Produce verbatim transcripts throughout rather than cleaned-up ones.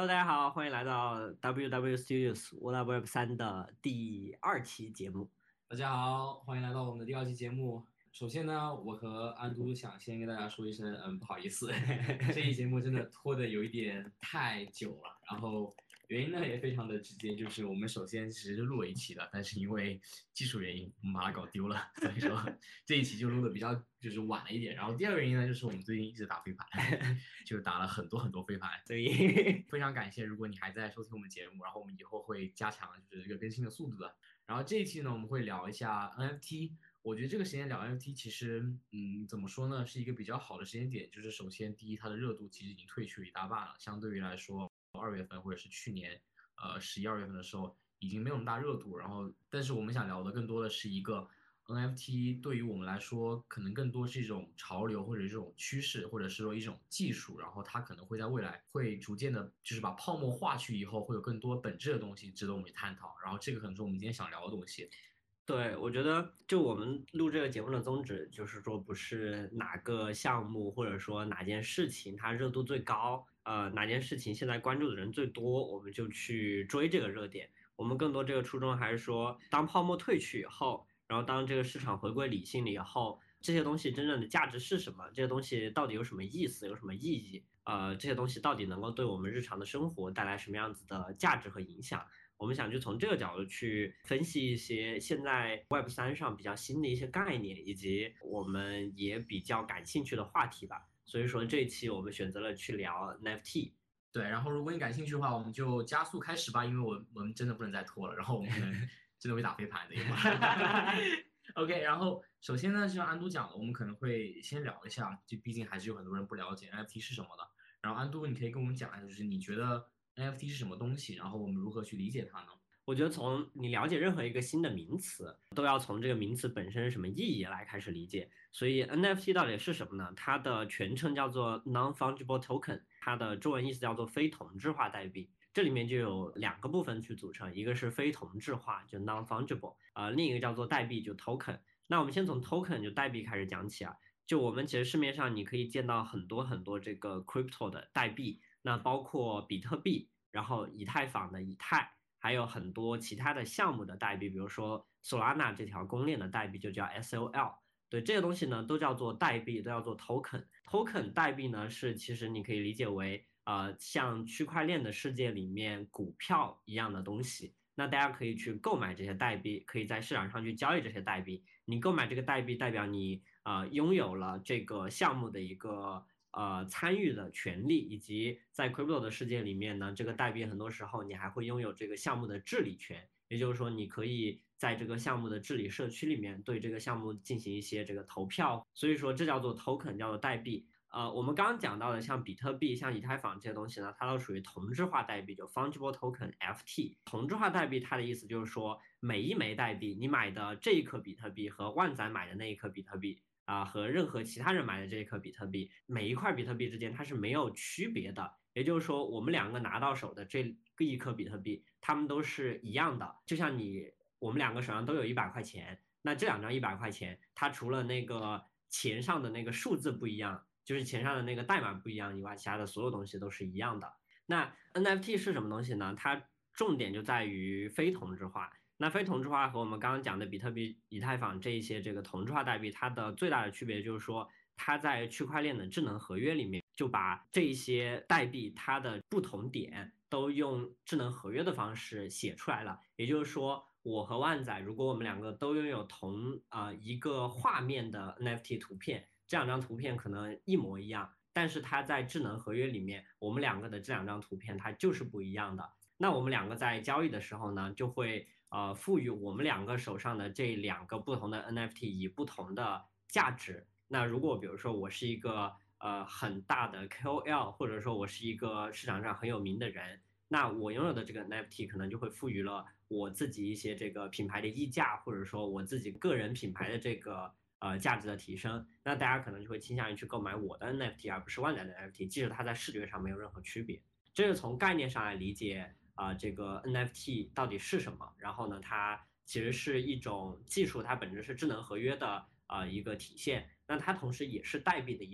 大家好，欢迎来到 W W Studios w o Web 三的第二期节目。 大家好，欢迎来到我们的第二期节目。首先呢，我和安都想先跟大家说一声，嗯，不好意思，这一节目真的拖得有一点太久了。然后原因呢也非常的直接，就是我们首先其实是录了一期的，但是因为技术原因，我们把它搞丢了，所以说这一期就录的比较就是晚了一点。然后第二个原因呢，就是我们最近一直打飞盘，就打了很多很多飞盘， 所以非常感谢，如果你还在收听我们节目，然后我们以后会加强就是这个更新的速度的。然后这一期呢，我们会聊一下 N F T。我觉得这个时间聊 N F T，其实，嗯，怎么说呢，是一个比较好的时间点。就是首先，第一，它的热度其实已经退去了一大半了，相对于来说，二月份或者是去年，呃，十一二月份的时候，已经没有那么大热度。然后，但是我们想聊的更多的是一个 N F T 对于我们来说，可能更多是一种潮流，或者是这种趋势，或者是说一种技术。然后它可能会在未来会逐渐的，就是把泡沫化去以后，会有更多本质的东西值得我们去探讨。然后这个可能是我们今天想聊的东西。 对，我觉得就我们录这个节目的宗旨，就是说不是哪个项目或者说哪件事情它热度最高，呃，哪件事情现在关注的人最多，我们就去追这个热点。我们更多这个初衷还是说，当泡沫退去以后，然后当这个市场回归理性了以后，这些东西真正的价值是什么？这些东西到底有什么意思？有什么意义？呃，这些东西到底能够对我们日常的生活带来什么样子的价值和影响？我们想就从这个角度去分析一些现在 Web 三上比较新的一些概念，以及我们也比较感兴趣的话题吧。所以说这一期我们选择了去聊 N F T。 对，然后如果你感兴趣的话，我们就加速开始吧，因为我我们真的不能再拖了，然后我们可能真的会打飞盘的一会儿。OK，然后首先呢，就像安都讲的，我们可能会先聊一下，就毕竟还是有很多人不了解 N F T 是什么的。然后安都，你可以跟我们讲一下，就是你觉得 N F T 是什么东西，然后我们如何去理解它呢？ 我觉得从你了解任何一个新的名词，都要从这个名词本身是什么意义来开始理解。所以 N F T 到底是什么呢？它的全称叫做 Non-Fungible Token，它的中文意思叫做非同质化代币。这里面就有两个部分去组成，一个是非同质化，就 non-fungible，啊、另一个叫做代币，就 token。那我们先从 token 就代币开始讲起啊。就我们其实市面上你可以见到很多很多这个 crypto 的代币，那包括比特币，然后以太坊的以太。还有很多其他的项目的代币，比如说 Solana 这条公链的代币就叫 S O L。对，这些东西呢都叫做代币，都叫做 token。token 代币呢是其实你可以理解为呃像区块链的世界里面股票一样的东西。那大家可以去购买这些代币，可以在市场上去交易这些代币。你购买这个代币，代表你呃拥有了这个项目的一个呃参与的权利，以及在 crypto 的世界里面呢，这个代币很多时候你还会拥有这个项目的治理权，也就是说，你可以在这个项目的治理社区里面对这个项目进行一些这个投票，所以说这叫做 token，叫做代币。呃，我们刚刚讲到的像比特币、像以太坊这些东西呢，它都属于同质化代币，就 fungible token F T。同质化代币它的意思就是说，每一枚代币，你买的这一颗比特币和万载买的那一颗比特币，啊，和任何其他人买的这一颗比特币，每一块比特币之间它是没有区别的。也就是说，我们两个拿到手的这一颗比特币，它们都是一样的。就像你，我们两个手上都有一百块钱，那这两张一百块钱，它除了那个钱上的那个数字不一样，就是钱上的那个代码不一样以外，其他的所有东西都是一样的。那 N F T 是什么东西呢？它重点就在于非同质化。那非同质化和我们刚刚讲的比特币、以太坊这一些这个同质化代币，它的最大的区别就是说，它在区块链的智能合约里面，就把这一些代币它的不同点都用智能合约的方式写出来了。也就是说，我和万载，如果我们两个都拥有同啊、呃一个画面的 N F T 图片，这两张图片可能一模一样，但是它在智能合约里面，我们两个的这两张图片它就是不一样的。那我们两个在交易的时候呢，就会呃赋予我们两个手上的这两个不同的 N F T 以不同的价值。那如果比如说我是一个呃很大的 K O L，或者说我是一个市场上很有名的人，那我拥有的这个 N F T 可能就会赋予了我自己一些这个品牌的溢价，或者说我自己个人品牌的这个呃价值的提升。那大家可能就会倾向于去购买我的 N F T，而不是万载的 N F T，即使它在视觉上没有任何区别。这是从概念上来理解啊、呃这个 N F T 到底是什么。然后呢，它其实是一种技术，它本质是智能合约的啊、呃一个体现。那它同时也是代币的一种。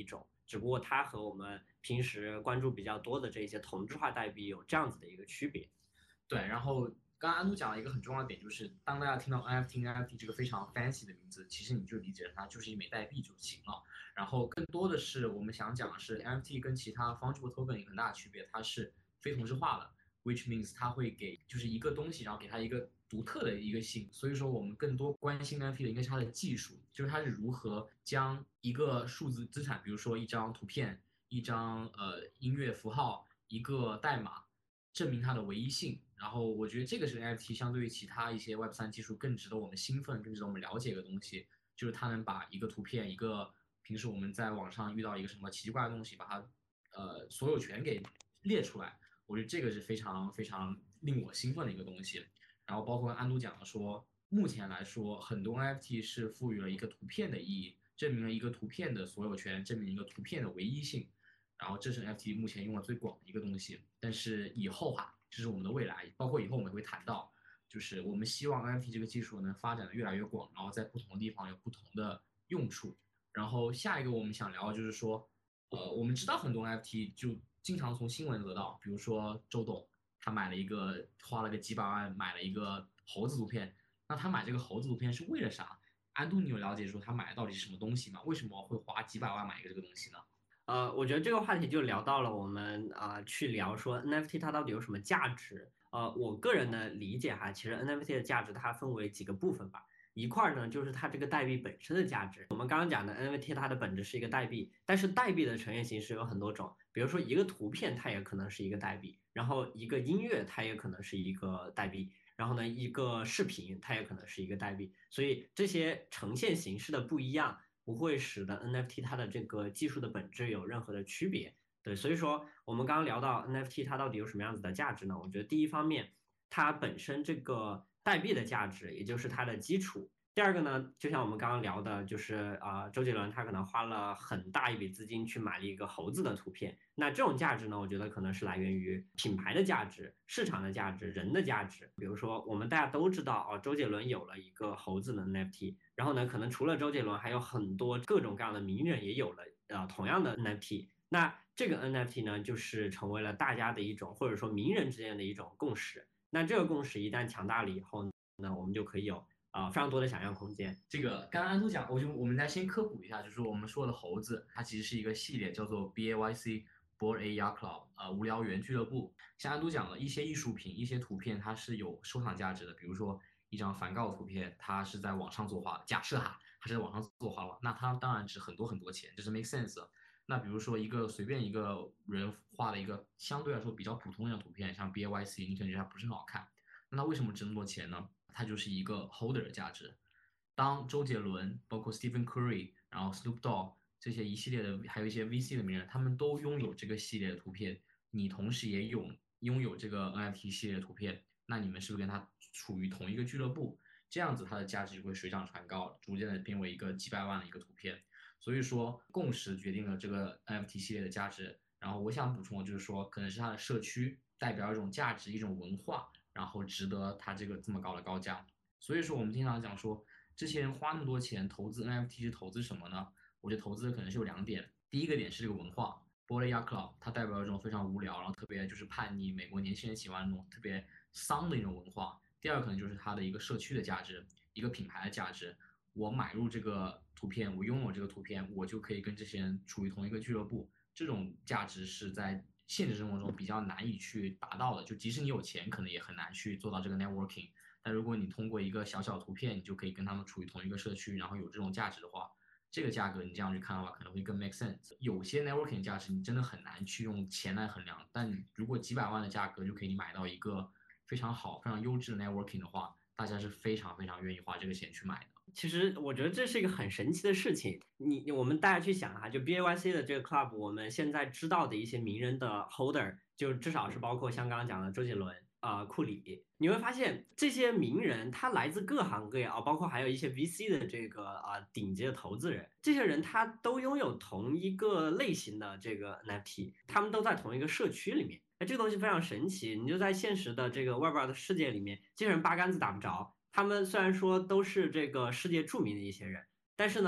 只不过它和我们平时关注比较多的这些同质化代币有这样子的一个区别。 对，然后刚刚安东讲了一个很重要的点，就是当大家听到 N F T、N F T 这个非常 fancy 的名字，其实你就理解它就是一枚代币就行了。然后更多的是我们想讲的是 N F T 跟其他 fungible token 有很大的区别，它是非同质化的，which means 它会给就是一个东西，然后给它一个独特的一个性。所以说我们更多关心 N F T 的应该是它的技术，就是它是如何将一个数字资产，比如说一张图片、一张呃音乐符号、一个代码，证明它的唯一性。然后我觉得这个是 N F T 相对于其他一些 Web 三技术更值得我们兴奋、更值得我们了解的东西，就是它能把一个图片、一个平时我们在网上遇到一个什么奇怪的东西，把它呃所有权给列出来。我觉得这个是非常非常令我兴奋的一个东西。然后包括安都讲的说，目前来说，很多 N F T 是赋予了一个图片的意义，证明了一个图片的所有权，证明一个图片的唯一性。然后这是 N F T 目前用的最广的一个东西。但是以后哈、啊，这是我们的未来，包括以后我们会谈到，就是我们希望 N F T 这个技术能发展的越来越广，然后在不同的地方有不同的用处。然后下一个我们想聊的就是说，呃，我们知道很多 N F T 就经常从新闻得到，比如说周董他买了一个花了个几百万买了一个猴子图片，那他买这个猴子图片是为了啥？安东，你有了解说他买的到底是什么东西吗？为什么会花几百万买一个这个东西呢？ 呃，我觉得这个话题就聊到了我们啊、呃去聊说 N F T 它到底有什么价值。呃，我个人的理解哈，其实 N F T 的价值它分为几个部分吧。一块儿呢就是它这个代币本身的价值。我们刚刚讲的 N F T 它的本质是一个代币，但是代币的呈现形式有很多种，比如说一个图片它也可能是一个代币，然后一个音乐它也可能是一个代币，然后呢一个视频它也可能是一个代币，所以这些呈现形式的不一样。不会使得 N F T 它的这个技术的本质有任何的区别。对，所以说我们刚刚聊到 N F T 它到底有什么样子的价值呢？我觉得第一方面，它本身这个代币的价值，也就是它的基础。第二个呢，就像我们刚刚聊的，就是啊、呃，周杰伦他可能花了很大一笔资金去买了一个猴子的图片，那这种价值呢，我觉得可能是来源于品牌的价值、市场的价值、人的价值。比如说，我们大家都知道哦，周杰伦有了一个猴子的 N F T，然后呢，可能除了周杰伦，还有很多各种各样的名人也有了呃同样的 N F T。那这个 N F T 呢，就是成为了大家的一种，或者说名人之间的一种共识。那这个共识一旦强大了以后呢，我们就可以有啊、呃、非常多的想象空间。 这个刚刚安都讲，我就我们再先科普一下，就是我们说的猴子，它其实是一个系列，叫做 B A Y C Bored A Yacht Club，呃，无聊猿俱乐部。像安都讲了一些艺术品、一些图片，它是有收藏价值的，比如说一张梵高图片，它是在网上作画的，假设哈，它是在网上作画了，那它当然值很多很多钱，这是 make sense 的。那比如说一个随便一个人画的一个相对来说比较普通的一张图片，像 B A Y C，你可能觉得它不是很好看，那它为什么值那么多钱呢？它就是一个 holder 的价值。当周杰伦、包括 Stephen Curry，然后 Snoop Dogg 这些一系列的，还有一些 V C 的名人，他们都拥有这个系列的图片，你同时也有拥有这个 N F T 系列的图片，那你们是不是跟他处于同一个俱乐部？这样子它的价值就会水涨船高，逐渐的变为一个几百万的一个图片。所以说，共识决定了这个 N F T 系列的价值。然后我想补充的就是说，可能是它的社区代表一种价值、一种文化，然后值得它这个这么高的高价。所以说，我们经常讲说，这些人花那么多钱投资 N F T 是投资什么呢？我觉得投资可能是有两点。第一个点是这个文化 b o l e y a Club，它代表一种非常无聊，然后特别就是叛逆，美国年轻人喜欢那种特别丧的一种文化。第二可能就是它的一个社区的价值，一个品牌的价值。我买入这个图片，我拥有这个图片，我就可以跟这些人处于同一个俱乐部。这种价值是在现实生活中比较难以去达到的，就即使你有钱，可能也很难去做到这个 networking。但如果你通过一个小小图片，你就可以跟他们处于同一个社区，然后有这种价值的话，这个价格你这样去看的话，可能会更 make sense。有些 networking 价值你真的很难去用钱来衡量，但如果几百万的价格就可以买到一个非常好、非常优质的 networking 的话，大家是非常非常愿意花这个钱去买的。 其实我觉得这是一个很神奇的事情。你我们大家去想哈，就 B A Y C 的这个 club，我们现在知道的一些名人的 holder，就至少是包括像刚刚讲的周杰伦啊、呃库里，你会发现这些名人他来自各行各业啊，包括还有一些 V C 的这个啊、呃顶级的投资人，这些人他都拥有同一个类型的这个 N F T，他们都在同一个社区里面。哎，这个东西非常神奇，你就在现实的这个 Web 二的世界里面，这些人八竿子打不着。他们虽然说都是这个世界著名的一些人，但是呢，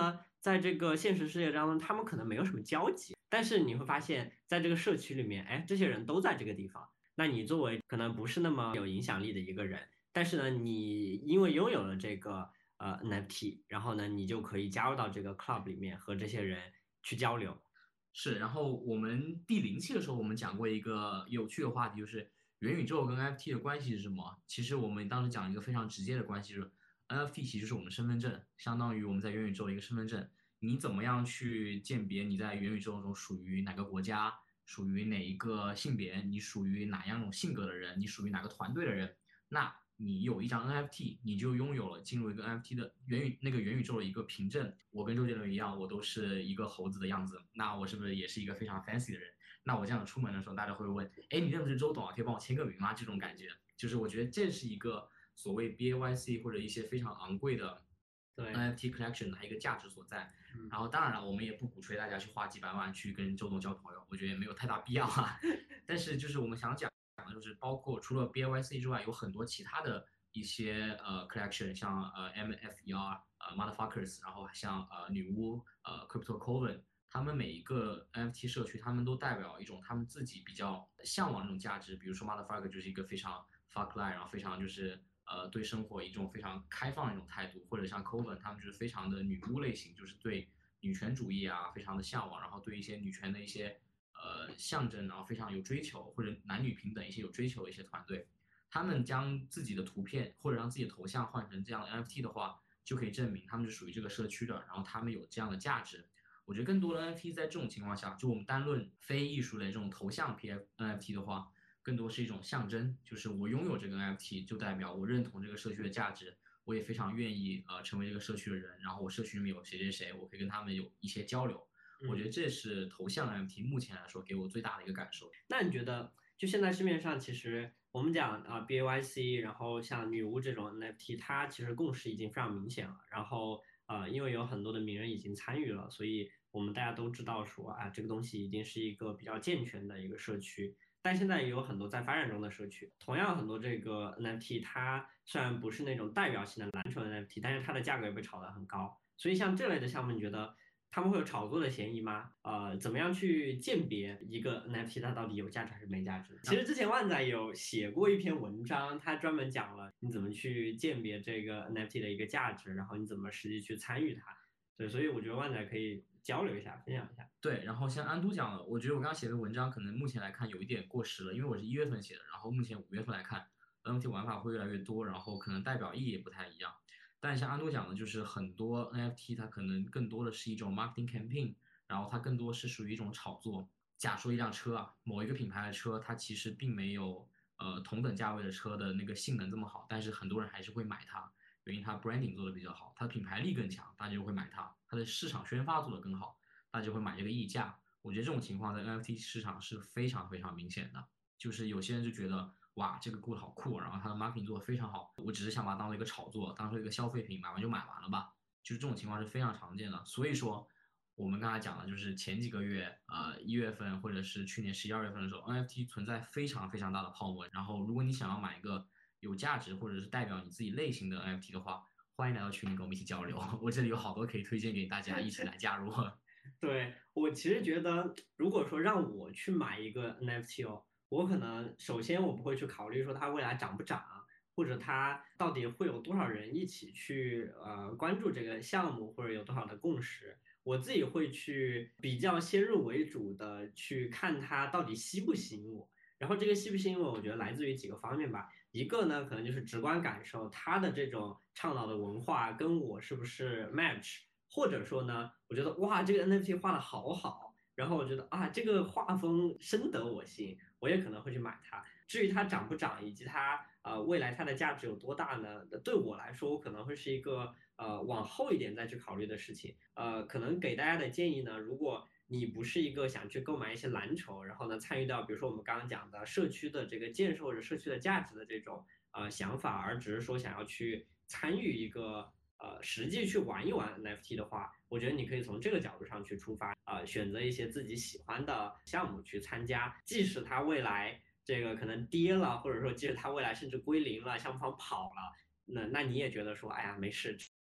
在这个现实世界当中，他们可能没有什么交集，但是你会发现在这个社区里面，哎，这些人都在这个地方。那你作为可能不是那么有影响力的一个人，但是呢，你因为拥有了这个呃 N F T，然后呢，你就可以加入到这个 club 里面和这些人去交流。 是，然后我们第零期的时候，我们讲过一个有趣的话题，就是元宇宙跟 N F T 的关系是什么？其实我们当时讲一个非常直接的关系，就是 N F T 其实就是我们的身份证，相当于我们在元宇宙的一个身份证。你怎么样去鉴别你在元宇宙中属于哪个国家，属于哪一个性别，你属于哪样种性格的人，你属于哪个团队的人？那你有一张 N F T，你就拥有了进入一个 N F T 的元宇那个元宇宙的一个凭证。我跟周杰伦一样，我都是一个猴子的样子，那我是不是也是一个非常 fancy 的人？那我这样出门的时候，大家会问，哎，你认不认识周董啊？可以帮我签个名吗？这种感觉，就是我觉得这是一个所谓 B A Y C 或者一些非常昂贵的对， N F T collection 的一个价值所在。 嗯， 然后当然了，我们也不鼓吹大家去花几百万去跟周董交朋友，我觉得也没有太大必要啊。但是就是我们想讲的就是，包括除了 B A Y C 之外，有很多其他的一些呃 collection，像呃 M F E R 呃 Motherfuckers，然后像呃女巫呃 Crypto Coven，他们每一个 N F T 社区，他们都代表一种他们自己比较向往的那种价值。比如说 Motherfucker 就是一个非常 fuck life，然后非常就是呃对生活一种非常开放的一种态度，或者像 Coven，他们就是非常的女巫类型，就是对女权主义啊非常的向往，然后对一些女权的一些呃象征，然后非常有追求，或者男女平等一些有追求的一些团队。他们将自己的图片或者让自己的头像换成这样的 N F T 的话，就可以证明他们是属于这个社区的，然后他们有这样的价值。我觉得更多的 N F T 在这种情况下，就我们单论非艺术类这种头像 P F N F T 的话，更多是一种象征，就是我拥有这个 N F T，就代表我认同这个社区的价值，我也非常愿意呃成为这个社区的人，然后我社区里面有谁谁谁，我可以跟他们有一些交流。我觉得这是头像 N F T 目前来说给我最大的一个感受。 那你觉得，就现在市面上其实我们讲啊、B A Y C，然后像女巫这种 N F T，它其实共识已经非常明显了。然后呃，因为有很多的名人已经参与了，所以我们大家都知道说啊，这个东西已经是一个比较健全的一个社区。但现在也有很多在发展中的社区，同样很多这个 N F T，它虽然不是那种代表性的篮球 N F T，但是它的价格也被炒得很高。所以像这类的项目，你觉得？他们会有炒作的嫌疑吗？呃，怎么样去鉴别一个 N F T 它到底有价值还是没价值？其实之前万仔有写过一篇文章，他专门讲了你怎么去鉴别这个 N F T 的一个价值，然后你怎么实际去参与它。对，所以我觉得万仔可以交流一下，分享一下。 对，然后像安都讲了，我觉得我刚刚写的文章可能目前来看有一点过时了，因为我是一月份写的，然后目前五月份来看，N F T 玩法会越来越多，然后可能代表意义也不太一样。但像安都讲的，就是很多 N F T 它可能更多的是一种 marketing campaign，然后它更多是属于一种炒作。假说一辆车啊，某一个品牌的车，它其实并没有呃同等价位的车的那个性能这么好，但是很多人还是会买它，原因它 branding 做的比较好，它的品牌力更强，大家就会买它，它的市场宣发做得更好。大家就会买这个溢价。我觉得这种情况在 N F T 市场是非常非常明显的，就是有些人就觉得哇，这个故事好酷，然后它的 marketing 做得非常好，我只是想把它当做一个炒作，当做一个消费品，买完就买完了吧，就是这种情况是非常常见的。所以说，我们刚才讲的就是前几个月，呃，一月份或者是去年十一二月份的时候，N F T 存在非常非常大的泡沫。然后，如果你想要买一个有价值或者是代表你自己类型的 N F T 的话，欢迎来到群里跟我们一起交流。我这里有好多可以推荐给大家一起来加入。 对，我其实觉得，如果说让我去买一个 N F T 哦，我可能首先我不会去考虑说它未来涨不涨，或者它到底会有多少人一起去呃关注这个项目，或者有多少的共识。我自己会去比较先入为主的去看它到底吸不吸引我。然后这个吸不吸引我，我觉得来自于几个方面吧。一个呢，可能就是直观感受，它的这种倡导的文化跟我是不是 match。或者说呢，我觉得哇，这个 N F T 画的好好，然后我觉得啊，这个画风深得我心，我也可能会去买它。至于它涨不涨，以及它呃未来它的价值有多大呢？对我来说，我可能会是一个呃往后一点再去考虑的事情。呃，可能给大家的建议呢，如果你不是一个想去购买一些蓝筹，然后呢参与到比如说我们刚刚讲的社区的这个建设或者社区的价值的这种呃想法，而只是说想要去参与一个。呃，实际去玩一玩 N F T 的话，我觉得你可以从这个角度上去出发，呃，选择一些自己喜欢的项目去参加，即使它未来这个可能跌了，或者说即使它未来甚至归零了，项目方跑了，那那你也觉得说，哎呀，没事，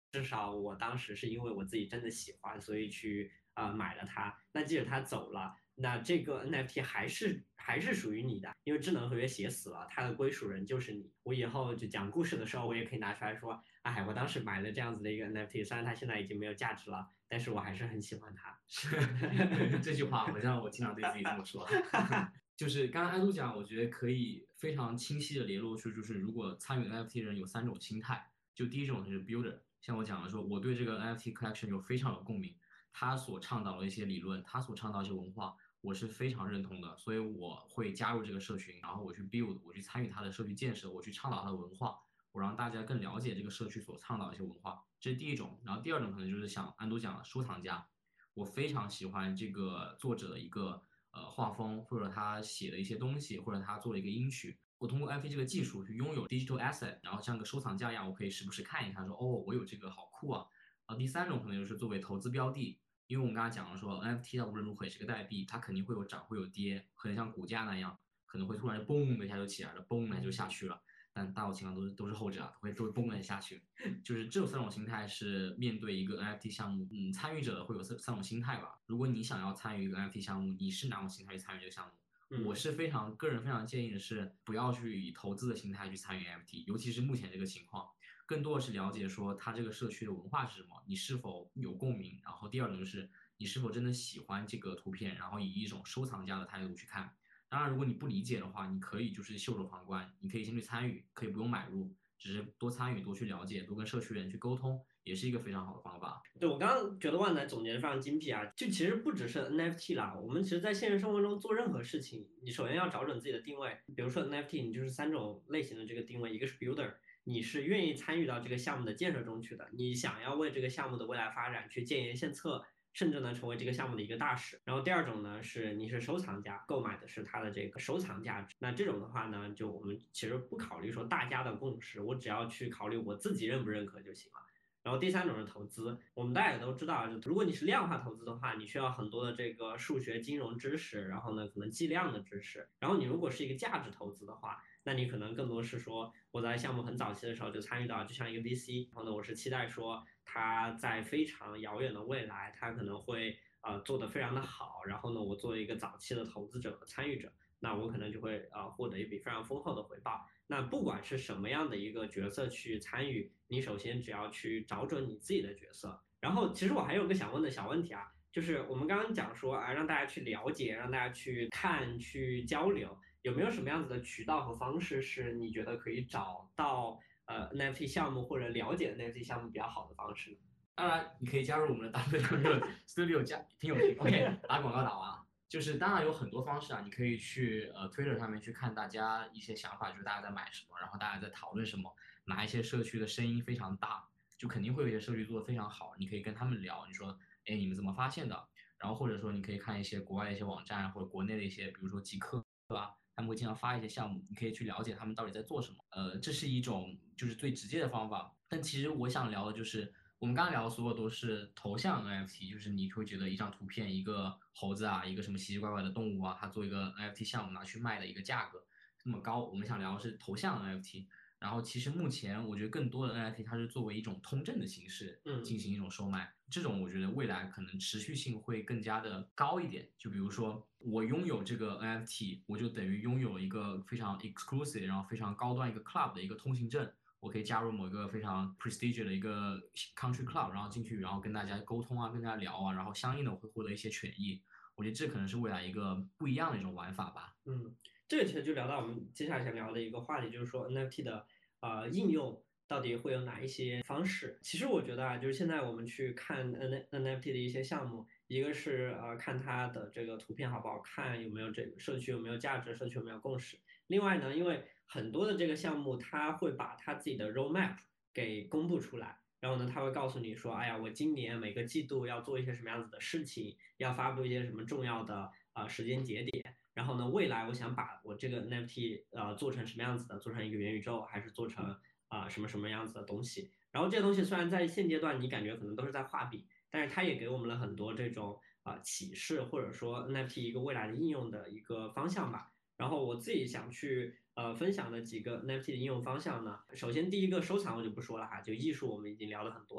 至少我当时是因为我自己真的喜欢，所以去呃买了它。那即使它走了，那这个 N F T 还是还是属于你的，因为智能合约写死了，它的归属人就是你。我以后就讲故事的时候，我也可以拿出来说，哎，我当时买了这样子的一个 N F T，虽然它现在已经没有价值了，但是我还是很喜欢它。 是这句话，好像我经常对自己这么说。就是刚刚安都讲，我觉得可以非常清晰的联络出，就是如果参与 N F T 的人有三种心态，就第一种就是 builder，像我讲的说，我对这个 N F T collection 有非常有共鸣，他所倡导的一些理论，他所倡导一些文化，我是非常认同的，所以我会加入这个社群，然后我去 build，我去参与他的社区建设，我去倡导他的文化，我让大家更了解这个社区所倡导的一些文化，这是第一种。然后第二种可能就是像安都讲的收藏家，我非常喜欢这个作者的一个呃画风，或者他写的一些东西，或者他做了一个音曲。我通过 N F T 这个技术去拥有 digital asset，然后像个收藏家一样，我可以时不时看一看，说哦，我有这个好酷啊。然后第三种可能就是作为投资标的，因为我们刚才讲了说 N F T 它无论如何也是个代币，它肯定会有涨会有跌，可能像股价那样，可能会突然嘣的一下就起来了，嘣的一下就下去了。但大多情况都是都是后者啊，会都会崩了下去。就是这三种心态是面对一个 N F T 项目，嗯，参与者会有三三种心态吧。如果你想要参与一个 N F T 项目，你是哪种心态去参与这个项目？我是非常个人非常建议的是，不要去以投资的心态去参与 N F T，尤其是目前这个情况，更多的是了解说它这个社区的文化是什么，你是否有共鸣。然后第二种就是你是否真的喜欢这个图片，然后以一种收藏家的态度去看。当然，如果你不理解的话，你可以就是袖手旁观，你可以先去参与，可以不用买入，只是多参与、多去了解、多跟社区人去沟通，也是一个非常好的方法。 对，我刚刚觉得万南总结的非常精辟啊，就其实不只是 N F T 啦，我们其实在现实生活中做任何事情，你首先要找准自己的定位。比如说 N F T，你就是三种类型的这个定位，一个是 builder，你是愿意参与到这个项目的建设中去的，你想要为这个项目的未来发展去建言献策，甚至呢成为这个项目的一个大使。然后第二种呢是你是收藏家，购买的是它的这个收藏价值。那这种的话呢，就我们其实不考虑说大家的共识，我只要去考虑我自己认不认可就行了。然后第三种是投资，我们大家也都知道，就如果你是量化投资的话，你需要很多的这个数学金融知识，然后呢可能计量的知识。然后你如果是一个价值投资的话，那你可能更多是说我在项目很早期的时候就参与到，就像一个 V C，然后呢我是期待说它在非常遥远的未来，它可能会呃做得非常的好，然后呢我作为一个早期的投资者和参与者，那我可能就会呃获得一笔非常丰厚的回报。那不管是什么样的一个角色去参与，你首先只要去找准你自己的角色。然后，其实我还有个想问的小问题啊，就是我们刚刚讲说啊，让大家去了解，让大家去看，去交流，有没有什么样子的渠道和方式是你觉得可以找到呃 N F T 项目或者了解 N F T 项目比较好的方式呢？ 当然，你可以加入我们的 W Studio 加听友群。OK，打广告打完了。就是当然有很多方式啊，你可以去呃 Twitter 上面去看大家一些想法，就是大家在买什么，然后大家在讨论什么，哪一些社区的声音非常大，就肯定会有一些社区做的非常好，你可以跟他们聊，你说，哎，你们怎么发现的？然后或者说你可以看一些国外的一些网站，或者国内的一些，比如说极客，他们会经常发一些项目，你可以去了解他们到底在做什么。呃，这是一种就是最直接的方法。但其实我想聊的就是，我们刚刚聊的所有都是头像 N F T，就是你会觉得一张图片，一个猴子啊，一个什么奇奇怪怪的动物啊，它做一个 N F T 项目拿去卖的一个价格这么高。我们想聊的是头像 N F T。然后其实目前我觉得更多的 N F T 它是作为一种通证的形式进行一种售卖，这种我觉得未来可能持续性会更加的高一点。就比如说我拥有这个 N F T，我就等于拥有一个非常 exclusive，然后非常高端一个 club 的一个通行证，我可以加入某一个非常 prestigious 的一个 country club，然后进去，然后跟大家沟通啊，跟大家聊啊，然后相应的会获得一些权益。我觉得这可能是未来一个不一样的一种玩法吧。 嗯，这个其实就聊到我们接下来想聊的一个话题，就是说 N F T 的呃应用到底会有哪一些方式？其实我觉得啊，就是现在我们去看 N NFT 的一些项目，一个是呃看它的这个图片好不好看，有没有这个社区有没有价值，社区有没有共识。另外呢，因为很多的这个项目，它会把它自己的 roadmap 给公布出来。然后呢，他会告诉你说，哎呀，我今年每个季度要做一些什么样子的事情，要发布一些什么重要的啊、呃时间节点。然后呢，未来我想把我这个 N F T 呃做成什么样子的，做成一个元宇宙，还是做成啊、呃什么什么样子的东西。然后这些东西虽然在现阶段你感觉可能都是在画饼，但是它也给我们了很多这种啊、呃启示，或者说 N F T 一个未来的应用的一个方向吧。然后我自己想去呃分享的几个 N F T 的应用方向呢，首先第一个收藏我就不说了哈，就艺术我们已经聊了很多了。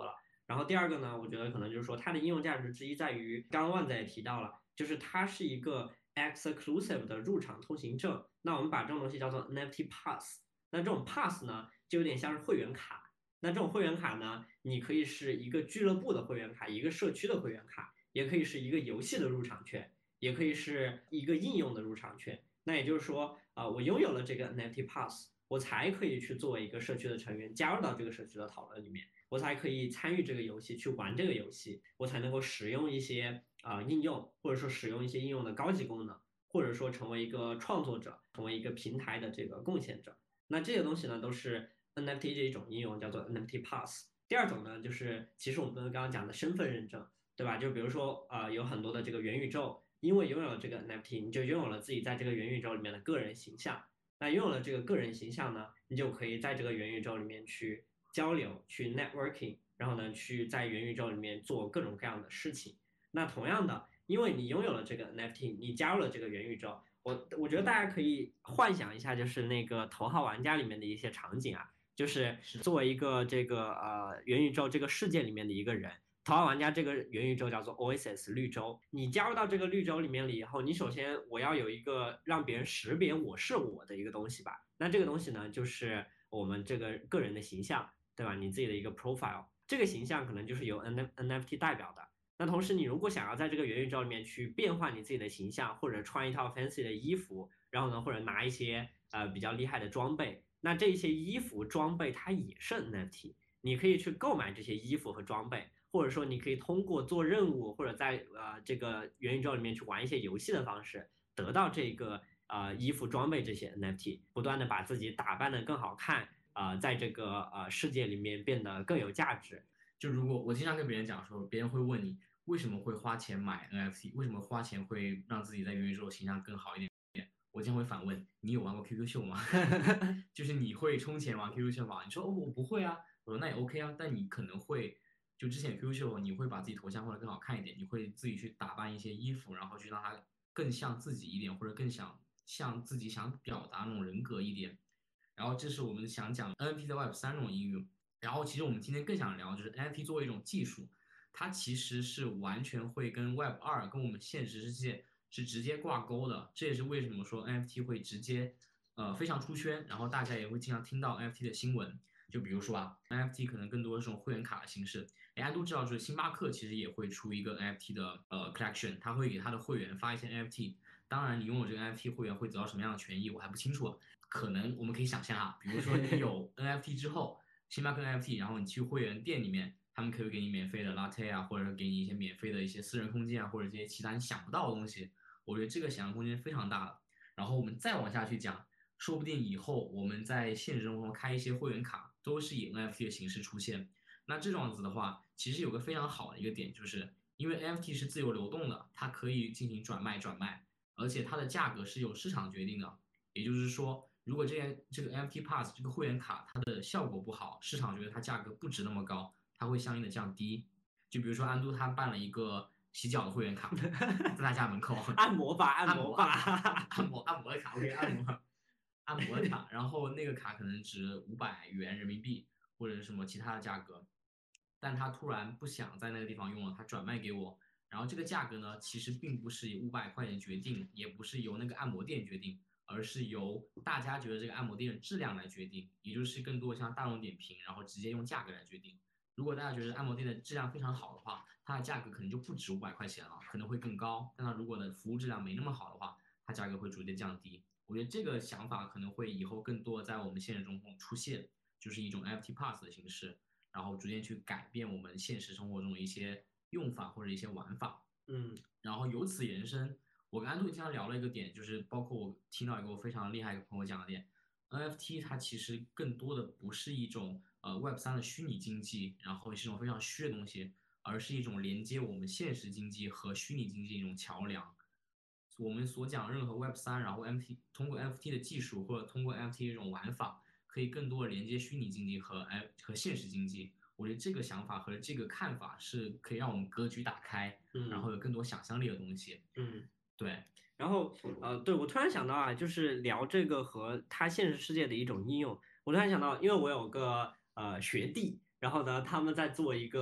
然后第二个呢，我觉得可能就是说它的应用价值之一在于，刚刚万仔也提到了，就是它是一个 exclusive 的入场通行证。那我们把这种东西叫做 N F T pass。那这种 pass 呢，就有点像是会员卡。那这种会员卡呢，你可以是一个俱乐部的会员卡，一个社区的会员卡，也可以是一个游戏的入场券，也可以是一个应用的入场券。那也就是说，啊、呃我拥有了这个 N F T pass，我才可以去作为一个社区的成员，加入到这个社区的讨论里面，我才可以参与这个游戏，去玩这个游戏，我才能够使用一些啊、呃应用，或者说使用一些应用的高级功能，或者说成为一个创作者，成为一个平台的这个贡献者。那这些东西呢，都是 N F T 这一种应用，叫做 N F T Pass。第二种呢，就是其实我们刚刚讲的身份认证，对吧？就比如说啊、呃有很多的这个元宇宙，因为拥有了这个 N F T，你就拥有了自己在这个元宇宙里面的个人形象。那拥有了这个个人形象呢，你就可以在这个元宇宙里面去交流、去 networking，然后呢，去在元宇宙里面做各种各样的事情。那同样的，因为你拥有了这个 N F T，你加入了这个元宇宙，我我觉得大家可以幻想一下，就是那个头号玩家里面的一些场景啊，就是作为一个这个呃元宇宙这个世界里面的一个人。头号玩家这个元宇宙叫做 Oasis 绿洲，你加入到这个绿洲里面了以后，你首先我要有一个让别人识别我是我的一个东西吧。那这个东西呢，就是我们这个个人的形象，对吧？你自己的一个 profile，这个形象可能就是由 N NFT 代表的。那同时，你如果想要在这个元宇宙里面去变换你自己的形象，或者穿一套 fancy 的衣服，然后呢，或者拿一些呃比较厉害的装备，那这些衣服装备它也是 N F T，你可以去购买这些衣服和装备。或者说你可以通过做任务或者在呃这个元宇宙里面去玩一些游戏的方式，得到这个呃衣服装备这些 N F T，不断的把自己打扮的更好看，啊、呃，在这个呃世界里面变得更有价值。 就如果我经常跟别人讲说，别人会问你为什么会花钱买 N F T，为什么花钱会让自己在元宇宙形象更好一点？我经常会反问，你有玩过 Q Q 秀吗？就是你会充钱玩 Q Q 秀吗？你说哦我不会啊，我说那也 OK 啊，但你可能会就之前 Q Q 秀，你会把自己头像换得更好看一点，你会自己去打扮一些衣服，然后去让它更像自己一点，或者更想像自己想表达那种人格一点。然后这是我们想讲 N F T 在 Web 三这种应用。然后其实我们今天更想聊就是 N F T 作为一种技术，它其实是完全会跟 Web 二跟我们现实世界是直接挂钩的。这也是为什么说 N F T 会直接呃非常出圈，然后大家也会经常听到 N F T 的新闻。就比如说啊，N F T 可能更多的是这种会员卡的形式。大家都知道，就是星巴克其实也会出一个 N F T 的呃 collection，它会给它的会员发一些 N F T。当然，你拥有这个 N F T 会员会得到什么样的权益，我还不清楚。可能我们可以想象啊，比如说你有 N F T 之后，星巴克 N F T，然后你去会员店里面，他们可以给你免费的 latte 啊，或者给你一些免费的一些私人空间啊，或者这些其他你想不到的东西。我觉得这个想象空间非常大了。然后我们再往下去讲，说不定以后我们在现实生活中开一些会员卡，都是以 N F T 的形式出现。那这种样子的话，其实有个非常好的一个点，就是因为 N F T 是自由流动的，它可以进行转卖转卖，而且它的价格是由市场决定的。也就是说，如果这件这个 N F T Pass 这个会员卡它的效果不好，市场觉得它价格不值那么高，它会相应的降低。就比如说安都他办了一个洗脚的会员卡，在他家门口按摩吧，按摩吧， 按摩按摩的卡，OK，按摩按摩的卡，然后那个卡可能值五百元人民币或者是什么其他的价格，但他突然不想在那个地方用了，他转卖给我，然后这个价格呢，其实并不是以五百块钱决定，也不是由那个按摩店决定，而是由大家觉得这个按摩店的质量来决定，也就是更多像大众点评，然后直接用价格来决定。如果大家觉得按摩店的质量非常好的话，它的价格可能就不止五百块钱了，可能会更高。但它如果的服务质量没那么好的话，它价格会逐渐降低。我觉得这个想法可能会以后更多在我们现实中出现，就是一种 N F T Pass 的形式，然后逐渐去改变我们现实生活中的一些用法或者一些玩法。 嗯， 然后由此延伸，我跟安兔经常聊了一个点，就是包括我听到一个我非常厉害一个朋友讲的点，N F T 它其实更多的不是一种呃 Web 三的虚拟经济，然后是一种非常虚的东西，而是一种连接我们现实经济和虚拟经济的一种桥梁。我们所讲任何 Web 三，然后 N F T 通过 N F T 的技术或者通过 N F T 这种玩法，可以更多的连接虚拟经济和 F 和现实经济。我觉得这个想法和这个看法是可以让我们格局打开， 嗯， 然后有更多想象力的东西。 嗯， 对， 然后呃，对我突然想到啊，就是聊这个和他现实世界的一种应用，我突然想到，因为我有个呃学弟，然后呢，他们在做一个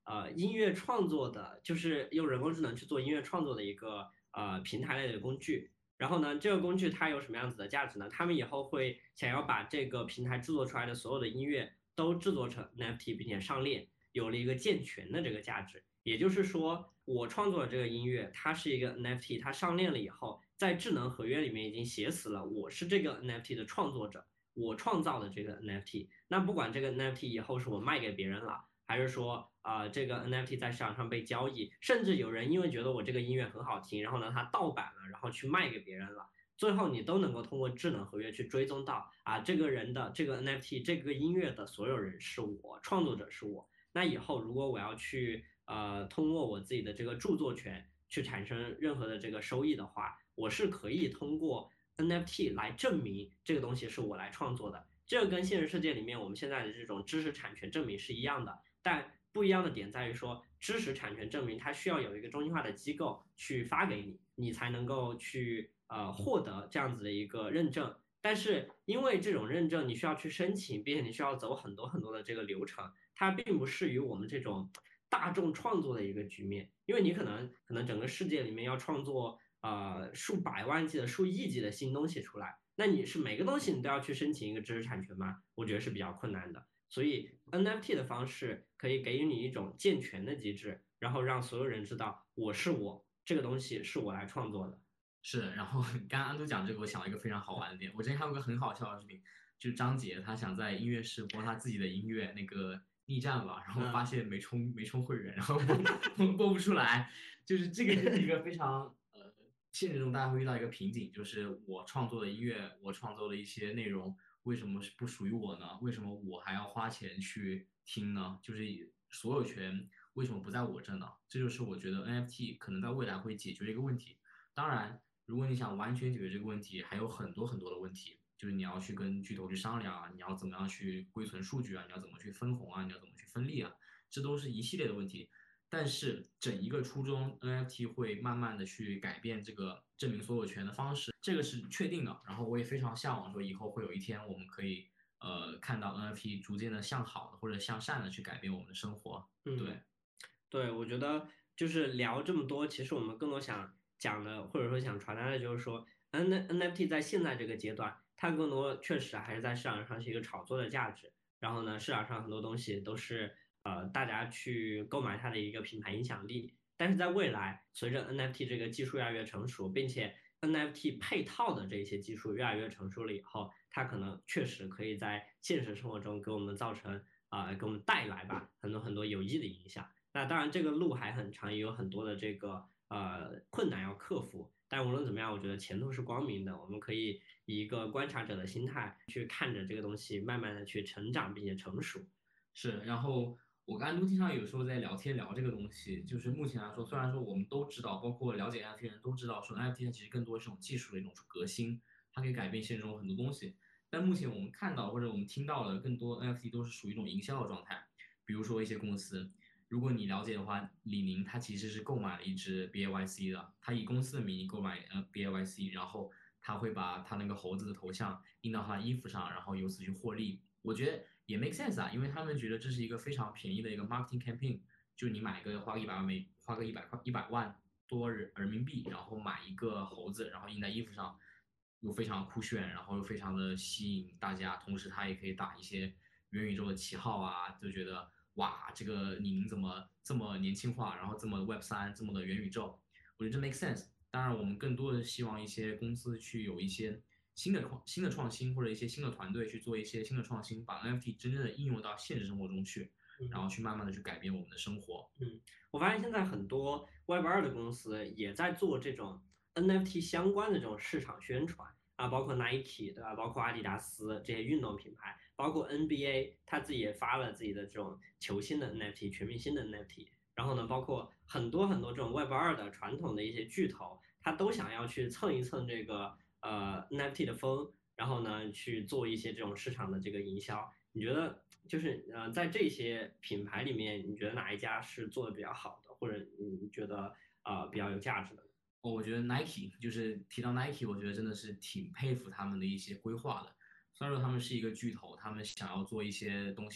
呃音乐创作的，就是用人工智能去做音乐创作的一个呃平台类的工具。然后呢，这个工具它有什么样子的价值呢？他们以后会想要把这个平台制作出来的所有的音乐都制作成 N F T，并且上链，有了一个健全的这个价值。也就是说，我创作的这个音乐，它是一个 N F T，它上链了以后，在智能合约里面已经写死了，我是这个 N F T 的创作者，我创造的这个 N F T。那不管这个 N F T 以后是我卖给别人了，还是说啊、呃这个 N F T 在市场上被交易，甚至有人因为觉得我这个音乐很好听，然后呢他盗版了，然后去卖给别人了。最后你都能够通过智能合约去追踪到啊，这个人的这个 N F T 这个音乐的所有人是我，创作者是我。那以后如果我要去呃通过我自己的这个著作权去产生任何的这个收益的话，我是可以通过 N F T 来证明这个东西是我来创作的。这个跟现实世界里面我们现在的这种知识产权证明是一样的，但不一样的点在于说，知识产权证明它需要有一个中心化的机构去发给你，你才能够去呃获得这样子的一个认证。但是因为这种认证你需要去申请，并且你需要走很多很多的这个流程，它并不适于我们这种大众创作的一个局面。因为你可能可能整个世界里面要创作呃数百万计的、数亿计的新东西出来，那你是每个东西你都要去申请一个知识产权吗？我觉得是比较困难的。所以 N F T 的方式可以给予你一种健全的机制，然后让所有人知道我是我，这个东西是我来创作的。 是，然后刚刚安都讲这个，我想了一个非常好玩的点。我之前看过一个很好笑的视频，就是张杰他想在音乐室播他自己的音乐那个逆战吧，然后发嗯， 现没充没充会员，然后播播不出来。就是这个就是一个非常呃现实中大家会遇到一个瓶颈，就是我创作的音乐，我创作的一些内容，为什么是不属于我呢？为什么我还要花钱去听呢？就是所有权为什么不在我这呢？这就是我觉得 N F T 可能在未来会解决的一个问题。当然。如果你想完全解决这个问题，还有很多很多的问题，就是你要去跟巨头去商量啊，你要怎么样去归存数据啊，你要怎么去分红啊，你要怎么去分利啊，这都是一系列的问题。但是整一个初衷，N F T 会慢慢的去改变这个证明所有权的方式，这个是确定的。然后我也非常向往说，以后会有一天我们可以呃看到 N F T 逐渐的向好的或者向善的去改变我们的生活。 嗯， 对， 对，我觉得就是聊这么多，其实我们更多想讲的，或者说想传达的，就是说，N NFT 在现在这个阶段，它更多确实还是在市场上是一个炒作的价值。然后呢，市场上很多东西都是呃大家去购买它的一个品牌影响力。但是在未来，随着 N F T 这个技术越来越成熟，并且 N F T 配套的这些技术越来越成熟了以后，它可能确实可以在现实生活中给我们造成啊、呃给我们带来吧很多很多有益的影响。那当然，这个路还很长，也有很多的这个呃困难要克服。但无论怎么样，我觉得前途是光明的。我们可以以一个观察者的心态去看着这个东西，慢慢的去成长并且成熟。 是，然后我跟安东经常有时候在聊天聊这个东西，就是目前来说，虽然说我们都知道，包括了解 N F T 的人都知道，说 N F T 它其实更多是一种技术的一种革新，它可以改变现实中很多东西。但目前我们看到或者我们听到的更多 N F T 都是属于一种营销的状态，比如说一些公司，如果你了解的话，李宁他其实是购买了一只 B A Y C 的，他以公司的名义购买呃 B A Y C，然后他会把他那个猴子的头像印到他的衣服上，然后由此去获利。我觉得也 make sense 啊，因为他们觉得这是一个非常便宜的一个 marketing campaign，就你买一个花一百万美，花个一百块一百万多人人民币，然后买一个猴子，然后印在衣服上，又非常酷炫，然后又非常的吸引大家，同时它也可以打一些元宇宙的旗号啊，就觉得哇，这个李宁怎么这么年轻化，然后这么 Web 三，这么的元宇宙，我觉得这 make sense。当然，我们更多的希望一些公司去有一些新的创新的创新，或者一些新的团队去做一些新的创新，把 N F T 真正的应用到现实生活中去，然后嗯。 去慢慢的去改变我们的生活。 嗯，我发现现在很多 Web 二的公司也在做这种 N F T 相关的这种市场宣传啊，包括 Nike 对吧？包括阿迪达斯这些运动品牌，包括 N B A，他自己也发了自己的这种球星的 N F T，全明星的 N F T。然后呢，包括很多很多这种 Web 二的传统的一些巨头，他都想要去蹭一蹭这个呃 N F T 的风，然后呢去做一些这种市场的这个营销。你觉得就是呃，在这些品牌里面，你觉得哪一家是做的比较好的，或者你觉得呃比较有价值的？ 哦，我觉得 Nike 就是提到 Nike，我觉得真的是挺佩服他们的一些规划的。虽然说他们是一个巨头，他们想要做一些东西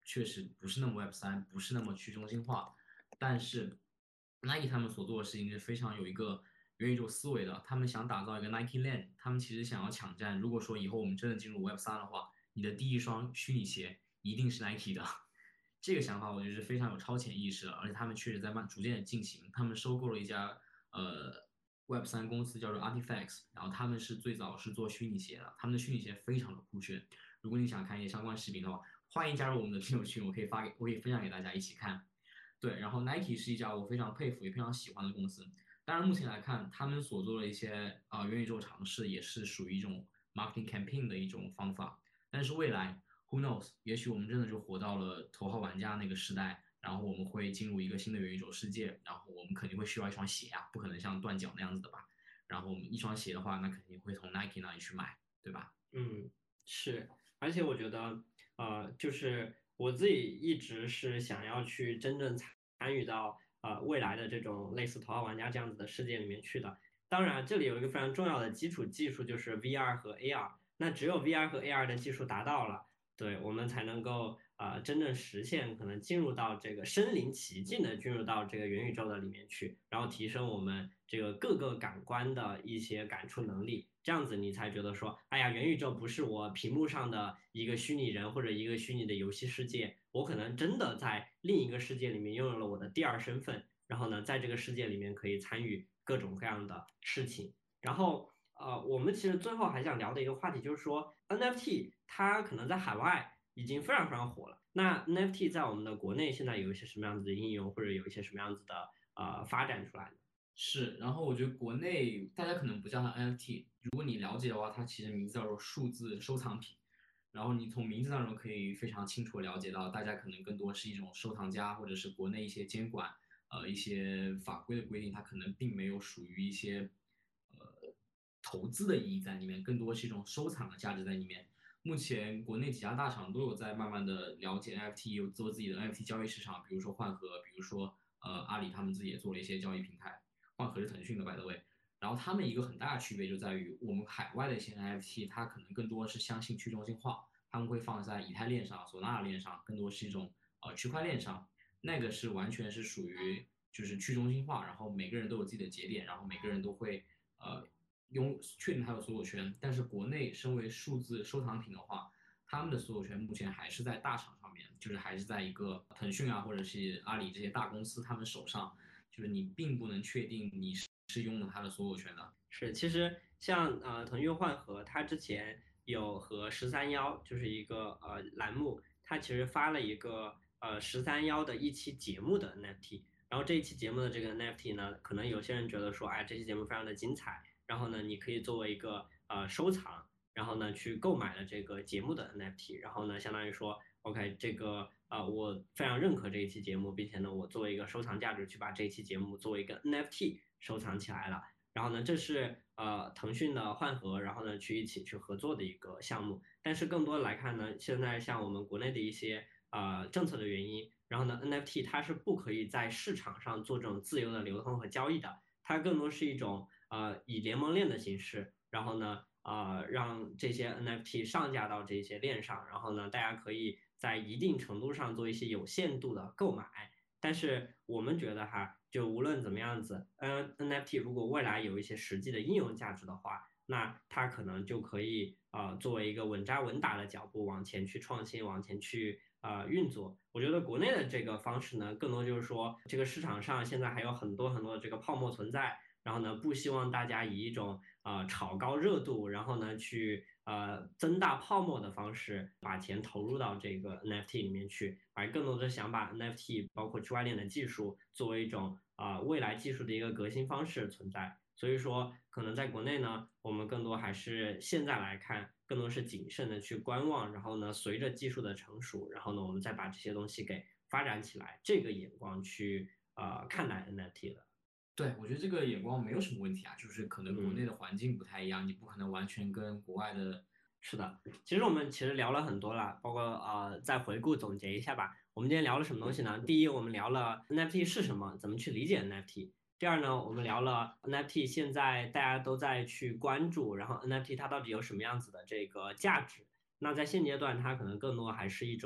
确实不是那么 Web 三，不是那么去中心化，但是 Nike 他们所做的事情是非常有一个元宇宙思维的，他们想打造一个 Nike Land，他们其实想要抢占，如果说以后我们真的进入 Web 三的话，你的第一双虚拟鞋一定是 Nike 的。这个想法我觉得是非常有超前意识的，而且他们确实在慢逐渐的进行。他们收购了一家呃 Web 三公司叫做 Artifacts，然后他们是最早是做虚拟鞋的，他们的虚拟鞋非常的酷炫。如果你想看一些相关视频的话，欢迎加入我们的听友群，我可以发给我可以分享给大家一起看。对，然后 Nike 是一家我非常佩服也非常喜欢的公司。当然，目前来看，他们所做的一些啊、呃、元宇宙尝试也是属于一种 marketing campaign 的一种方法。但是未来 who knows，也许我们真的就活到了头号玩家那个时代，然后我们会进入一个新的元宇宙世界，然后我们肯定会需要一双鞋啊，不可能像断脚那样子的吧？然后我们一双鞋的话，那肯定会从 Nike 那里去买，对吧？ 嗯，是，而且我觉得，呃，就是我自己一直是想要去真正参参与到呃未来的这种类似《头号玩家》这样子的世界里面去的。当然，这里有一个非常重要的基础技术，就是 V R 和 A R。那只有 V R 和 A R 的技术达到了，对，我们才能够呃真正实现可能进入到这个身临其境的进入到这个元宇宙的里面去，然后提升我们这个各个感官的一些感触能力，这样子你才觉得说，哎呀，元宇宙不是我屏幕上的一个虚拟人或者一个虚拟的游戏世界，我可能真的在另一个世界里面拥有了我的第二身份，然后呢，在这个世界里面可以参与各种各样的事情，然后。呃，我们其实最后还想聊的一个话题就是说，N F T 它可能在海外已经非常非常火了。那 N F T 在我们的国内现在有一些什么样子的应用，或者有一些什么样子的呃发展出来呢？ 是，然后我觉得国内大家可能不叫它 N F T，如果你了解的话，它其实名字叫做数字收藏品。然后你从名字当中可以非常清楚地了解到，大家可能更多是一种收藏家，或者是国内一些监管，呃，一些法规的规定，它可能并没有属于一些呃投资的意义在里面，更多是一种收藏的价值在里面。目前国内几家大厂都有在慢慢的了解 N F T，有做自己的 N F T 交易市场，比如说幻合，比如说呃阿里他们自己也做了一些交易平台。幻合是腾讯的，by the way。然后他们一个很大的区别就在于，我们海外的一些 N F T，它可能更多是相信去中心化，他们会放在以太链上、索纳链上，更多是一种呃区块链上，那个是完全是属于就是去中心化，然后每个人都有自己的节点，然后每个人都会呃拥确定它有所有权。但是国内身为数字收藏品的话，他们的所有权目前还是在大厂上面，就是还是在一个腾讯啊或者是阿里这些大公司他们手上。就是你并不能确定你是是拥有它的所有权的。 是，其实像呃腾讯幻合，它之前有和十三幺就是一个呃栏目，它其实发了一个呃十三幺的一期节目的 N F T，然后这一期节目的这个 N F T 呢，可能有些人觉得说，哎，这期节目非常的精彩，然后呢，你可以作为一个呃收藏，然后呢去购买了这个节目的 N F T，然后呢，相当于说，OK，这个呃我非常认可这一期节目，并且呢，我作为一个收藏价值去把这一期节目作为一个 N F T 收藏起来了。然后呢，这是呃腾讯的幻合，然后呢去一起去合作的一个项目。但是更多来看呢，现在像我们国内的一些呃政策的原因，然后呢 N F T 它是不可以在市场上做这种自由的流通和交易的，它更多是一种呃以联盟链的形式，然后呢呃让这些 N F T 上架到这些链上，然后呢大家可以在一定程度上做一些有限度的购买。但是我们觉得哈，就无论怎么样子，N NFT 如果未来有一些实际的应用价值的话，那它可能就可以呃作为一个稳扎稳打的脚步往前去创新，往前去呃运作。我觉得国内的这个方式呢，更多就是说这个市场上现在还有很多很多的这个泡沫存在，然后呢不希望大家以一种呃炒高热度，然后呢去呃增大泡沫的方式把钱投入到这个 N F T 里面去，而更多的想把 N F T 包括区块链的技术作为一种啊、呃未来技术的一个革新方式存在。所以说，可能在国内呢，我们更多还是现在来看，更多是谨慎的去观望，然后呢，随着技术的成熟，然后呢，我们再把这些东西给发展起来，这个眼光去呃看待 N F T 的。 对，我觉得这个眼光没有什么问题啊，就是可能国内嗯。 的环境不太一样，你不可能完全跟国外的。 是的，其实我们其实聊了很多了，包括呃，再回顾总结一下吧。我们今天聊了什么东西呢？第一，我们聊了 N F T 是什么，怎么去理解 N F T。第二呢，我们聊了 N F T 现在大家都在去关注，然后 N F T 它到底有什么样子的这个价值。那在现阶段，它可能更多还是一种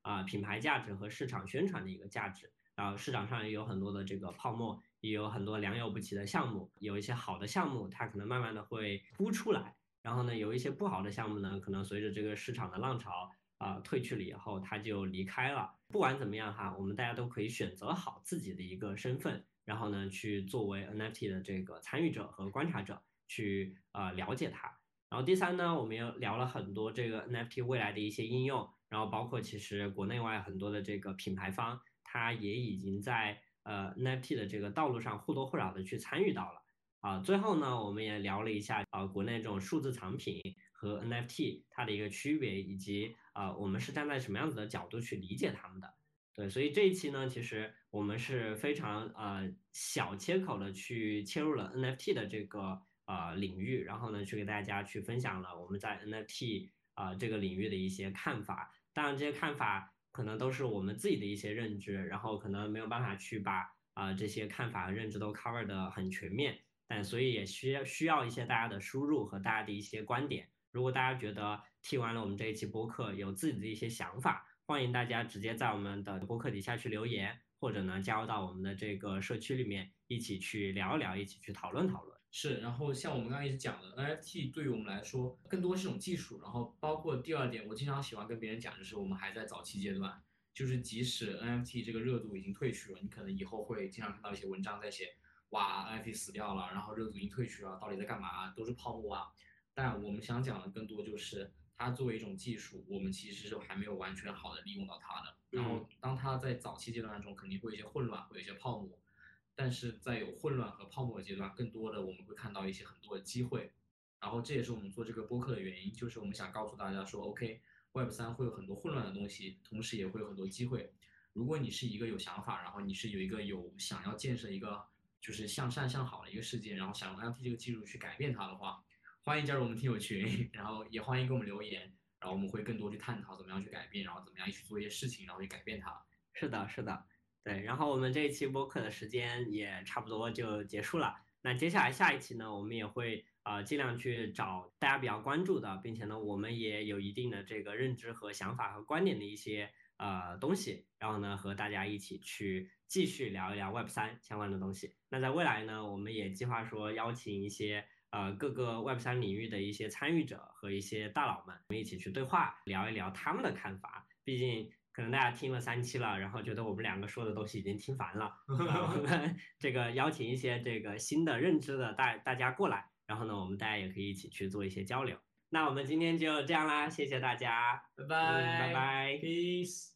啊、品牌价值和市场宣传的一个价值。然后市场上也有很多的这个泡沫，也有很多良莠不齐的项目，有一些好的项目，它可能慢慢的会孵出来，然后呢，有一些不好的项目呢，可能随着这个市场的浪潮啊、呃退去了以后，它就离开了。不管怎么样哈，我们大家都可以选择好自己的一个身份，然后呢，去作为 N F T 的这个参与者和观察者去呃了解它。然后第三呢，我们又聊了很多这个 N F T 未来的一些应用，然后包括其实国内外很多的这个品牌方，它也已经在呃 N F T 的这个道路上或多或少的去参与到了。啊，最后呢，我们也聊了一下啊，国内这种数字藏品和 N F T 它的一个区别，以及啊，我们是站在什么样子的角度去理解它们的。对，所以这一期呢，其实我们是非常呃小切口的去切入了 N F T 的这个呃领域，然后呢，去给大家去分享了我们在 N F T 啊、呃这个领域的一些看法。当然，这些看法可能都是我们自己的一些认知，然后可能没有办法去把啊、呃这些看法和认知都 cover 的很全面。但所以也需要需要一些大家的输入和大家的一些观点。如果大家觉得听完了我们这一期播客有自己的一些想法，欢迎大家直接在我们的播客底下去留言，或者呢加入到我们的这个社区里面，一起去聊一聊，一起去讨论讨论。 是，然后像我们刚刚一直讲的，N F T 对于我们来说更多是一种技术，然后包括第二点，我经常喜欢跟别人讲，就是我们还在早期阶段，就是即使 N F T 这个热度已经退去了，你可能以后会经常看到一些文章在写，哇，N F T 死掉了，然后热度已经退去了，到底在干嘛？都是泡沫啊。但我们想讲的更多就是它作为一种技术，我们其实是还没有完全好的利用到它的。然嗯， 后当它在早期阶段中，肯定会有一些混乱，会有一些泡沫。但是在有混乱和泡沫的阶段，更多的我们会看到一些很多的机会，然后这也是我们做这个播客的原因，就是我们想告诉大家说，OK，Web 三会有很多混乱的东西，同时也会有很多机会。如果你是一个有想法，然后你是有一个有想要建设一个就是向善向好的一个世界，然后想用 N F T 这个技术去改变它的话，欢迎加入我们听友群，然后也欢迎给我们留言，然后我们会更多去探讨怎么样去改变，然后怎么样一起做一些事情，然后去改变它。 是的，是的，对。然后我们这一期播客的时间也差不多就结束了。那接下来下一期呢，我们也会呃尽量去找大家比较关注的，并且呢，我们也有一定的这个认知和想法和观点的一些呃东西，然后呢和大家一起去继续聊一聊 Web 三相关的东西。那在未来呢，我们也计划说邀请一些呃各个 Web 三领域的一些参与者和一些大佬们，我们一起去对话，聊一聊他们的看法。毕竟可能大家听了三期了，然后觉得我们两个说的东西已经听烦了，我们这个邀请一些这个新的认知的大大家过来，然后呢，我们大家也可以一起去做一些交流。那我们今天就这样啦，谢谢大家， 拜嗯，拜拜拜。 ，peace。